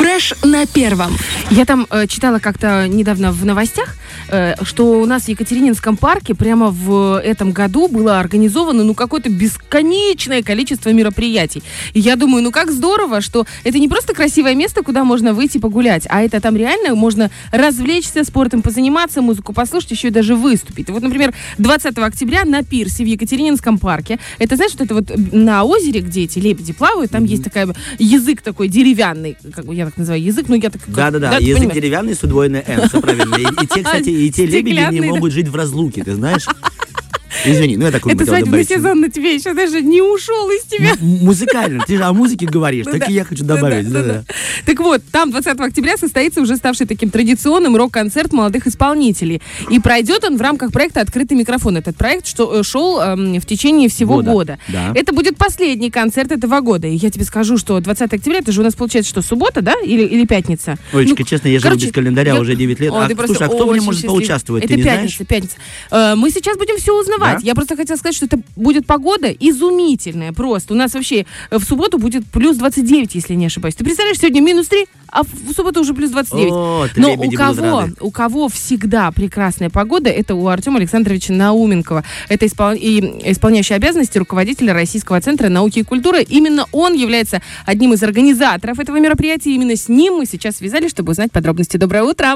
Фреш на первом. Я там читала как-то недавно в новостях, что у нас в Екатерининском парке прямо в этом году было организовано, какое-то бесконечное количество мероприятий. И я думаю, как здорово, что это не просто красивое место, куда можно выйти погулять, а это там реально можно развлечься, спортом позаниматься, музыку послушать, еще и даже выступить. И вот, например, 20 октября на пирсе в Екатерининском парке, это, знаешь, что это вот на озере, где эти лебеди плавают, там есть язык такой деревянный, как бы я так называю язык, но я так... Да-да-да, язык понимаешь? Деревянный с удвоенной «Н», все правильно. И те, кстати, лебеди не могут жить в разлуке, ты знаешь? Извини, я такой это свадебный сезон на тебе еще даже не ушел из тебя. Музыкально, ты же о музыке говоришь, так и я хочу добавить. Так вот, там 20 октября состоится уже ставший таким традиционным рок-концерт молодых исполнителей. И пройдет он в рамках проекта «Открытый микрофон». Этот проект шел в течение всего года. Да. Это будет последний концерт этого года. И я тебе скажу, что 20 октября, это же у нас получается, что суббота, да? Или пятница? Олечка, честно, я живу без календаря уже 9 лет. Слушай, а кто в нем может поучаствовать, ты не знаешь? Это пятница. Мы сейчас будем все узнавать. Я просто хотела сказать, что это будет погода изумительная просто. У нас вообще в субботу будет плюс 29, если не ошибаюсь. Ты представляешь, сегодня минус 3, а в субботу уже плюс 29. Но у кого всегда прекрасная погода, это у Артема Александровича Науменкова. Это исполняющий обязанности руководителя Российского центра науки и культуры. Именно он является одним из организаторов этого мероприятия. Именно с ним мы сейчас связались, чтобы узнать подробности. Доброе утро!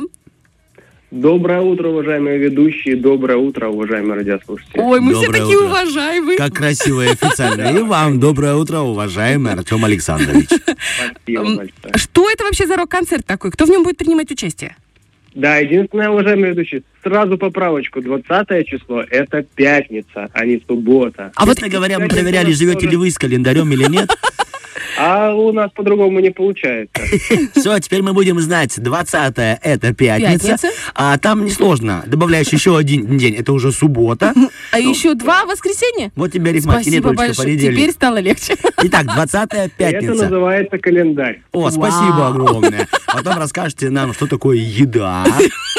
Доброе утро, уважаемые ведущие. Доброе утро, уважаемые радиослушатели. Ой, мы доброе все такие утро. Уважаемые. Как красиво и официально. И вам доброе утро, уважаемый Артем Александрович. Спасибо большое. Что это вообще за рок-концерт такой? Кто в нем будет принимать участие? Да, единственное, уважаемые ведущие, сразу поправочку. 20 число – это пятница, а не суббота. А честно говоря, мы проверяли, живете ли вы с календарем или нет. А у нас по-другому не получается. Все, теперь мы будем знать. 20-е это пятница. А там несложно. Добавляешь еще один день, это уже суббота. А еще 2 воскресенья? Вот тебе арифметика. Спасибо большое. Теперь стало легче. Итак, 20-я пятница. Это называется календарь. О, спасибо огромное. Потом расскажете нам, что такое еда.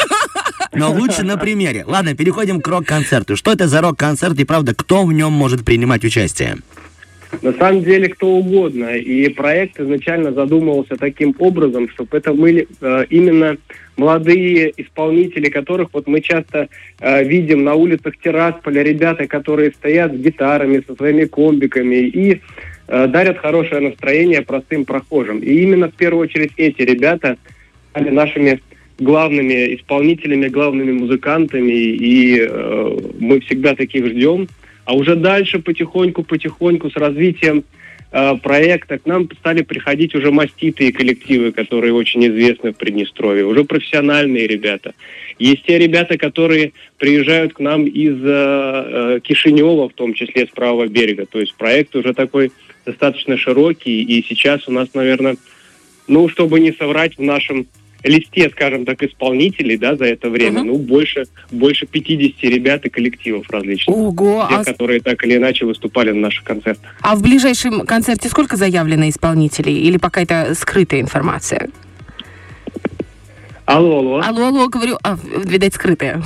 Но лучше на примере. Ладно, переходим к рок-концерту. Что это за рок-концерт и, правда, кто в нем может принимать участие? На самом деле кто угодно. И проект изначально задумывался таким образом, чтобы это были именно молодые исполнители, которых вот мы часто видим на улицах Тирасполя, ребята, которые стоят с гитарами, со своими комбиками и дарят хорошее настроение простым прохожим. И именно в первую очередь эти ребята стали нашими главными исполнителями, главными музыкантами, и мы всегда таких ждем. А уже дальше потихоньку с развитием проекта к нам стали приходить уже маститые коллективы, которые очень известны в Приднестровье, уже профессиональные ребята. Есть те ребята, которые приезжают к нам из Кишинева, в том числе с правого берега. То есть проект уже такой достаточно широкий, и сейчас у нас, наверное, чтобы не соврать, в нашем листе, скажем так, исполнителей, да, за это время, больше 50 ребят и коллективов различных. Ого! Которые так или иначе выступали на наших концертах. А в ближайшем концерте сколько заявлено исполнителей? Или пока это скрытая информация? Алло, говорю, видать, скрытая.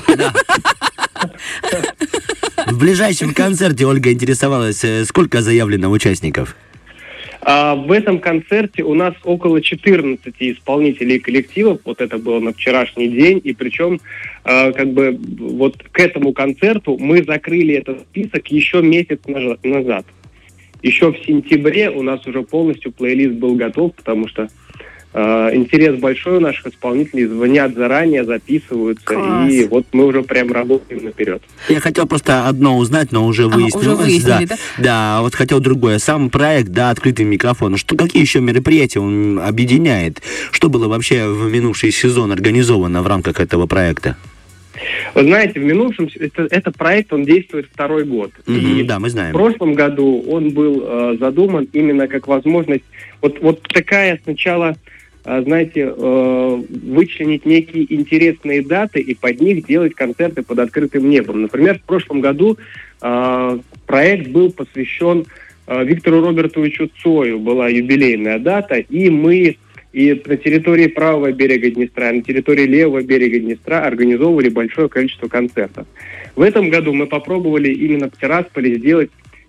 В ближайшем концерте Ольга интересовалась, сколько заявлено участников? В этом концерте у нас около 14 исполнителей и коллективов. Вот это было на вчерашний день. И причем, вот к этому концерту мы закрыли этот список еще месяц назад. Еще в сентябре у нас уже полностью плейлист был готов, потому что интерес большой у наших исполнителей, звонят заранее, записываются. Класс. И вот мы уже прям работаем наперед. Я хотел просто одно узнать, но уже выяснилось. Да, вот хотел другое. Сам проект, да, «Открытый микрофон». Какие еще мероприятия он объединяет? Что было вообще в минувший сезон организовано в рамках этого проекта? Вы знаете, в минувшем этот проект, он действует 2-й год. И да, мы знаем. В прошлом году он был задуман именно как возможность вот такая сначала, знаете, вычленить некие интересные даты и под них делать концерты под открытым небом. Например, в прошлом году проект был посвящен Виктору Робертовичу Цою. Была юбилейная дата, и мы на территории правого берега Днестра, на территории левого берега Днестра организовывали большое количество концертов. В этом году мы попробовали именно в Тирасполе сделать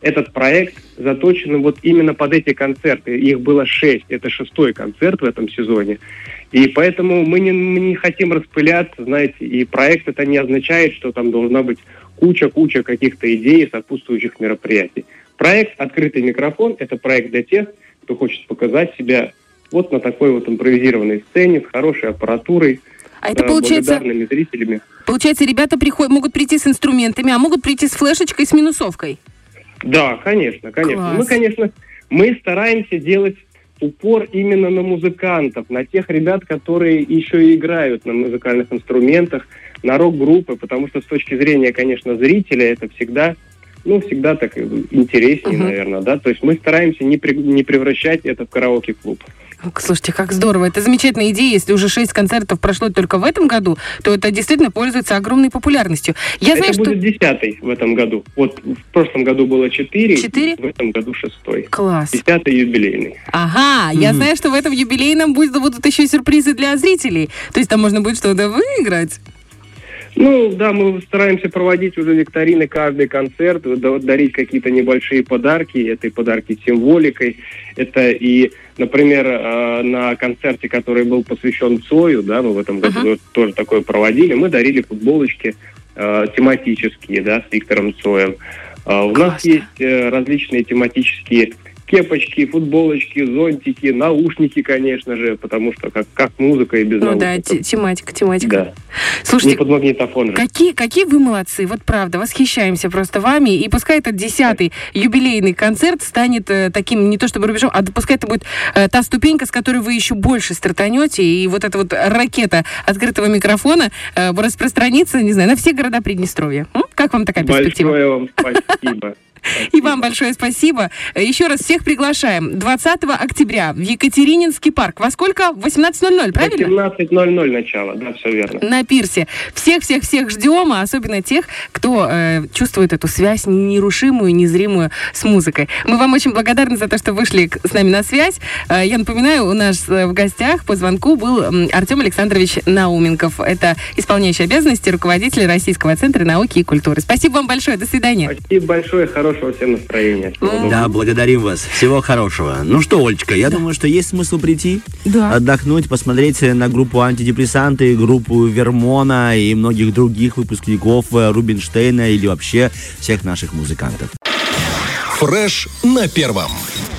этот проект заточен вот именно под эти концерты. Их было 6, это 6-й концерт в этом сезоне. И поэтому мы не хотим распыляться, знаете, и проект это не означает, что там должна быть куча каких-то идей и сопутствующих мероприятий. Проект «Открытый микрофон» — это проект для тех, кто хочет показать себя вот на такой вот импровизированной сцене с хорошей аппаратурой, благодарными зрителями. Получается, ребята могут прийти с инструментами, а могут прийти с флешечкой, с минусовкой? Да, конечно. Класс. Мы стараемся делать упор именно на музыкантов, на тех ребят, которые еще и играют на музыкальных инструментах, на рок-группы, потому что с точки зрения, конечно, зрителя это всегда так интереснее, наверное, да. То есть мы стараемся не превращать это в караоке-клуб. Слушайте, как здорово. Это замечательная идея. Если уже 6 концертов прошло только в этом году, то это действительно пользуется огромной популярностью. Это будет 10-й в этом году. Вот в прошлом году было 4, в этом году 6-й. Класс. 10-й юбилейный. Ага, я знаю, что в этом юбилейном будут еще сюрпризы для зрителей. То есть там можно будет что-то выиграть. Да, мы стараемся проводить уже викторины каждый концерт, дарить какие-то небольшие подарки. Это и подарки с символикой. Это и, например, на концерте, который был посвящен Цою, да, мы в этом году тоже такое проводили, мы дарили футболочки тематические, да, с Виктором Цоем. У нас есть различные тематические кепочки, футболочки, зонтики, наушники, конечно же, потому что как музыка и без наушников. Да, тематика. Да. Слушайте, не под магнитофон же. Какие вы молодцы, вот правда, восхищаемся просто вами, и пускай этот 10-й юбилейный концерт станет таким, не то чтобы рубежом, а пускай это будет та ступенька, с которой вы еще больше стартанете, и вот эта вот ракета открытого микрофона распространится, не знаю, на все города Приднестровья. Как вам такая перспектива? Большое вам спасибо. И вам большое спасибо. Еще раз всех приглашаем. 20 октября в Екатерининский парк. Во сколько? 18:00, правильно? 18:00 начало, да, все верно. На пирсе. Всех ждем, а особенно тех, кто чувствует эту связь нерушимую, незримую с музыкой. Мы вам очень благодарны за то, что вышли с нами на связь. Я напоминаю, у нас в гостях по звонку был Артем Александрович Науменков. Это исполняющий обязанности руководитель Российского центра науки и культуры. Спасибо вам большое. До свидания. Спасибо большое. Хорошего всем настроения. Да, благодарим вас. Всего хорошего. Ну что, Олечка, я думаю, что есть смысл прийти, отдохнуть, посмотреть на группу «Антидепрессанты», группу «Вермона» и многих других выпускников Рубинштейна или вообще всех наших музыкантов. Фреш на первом.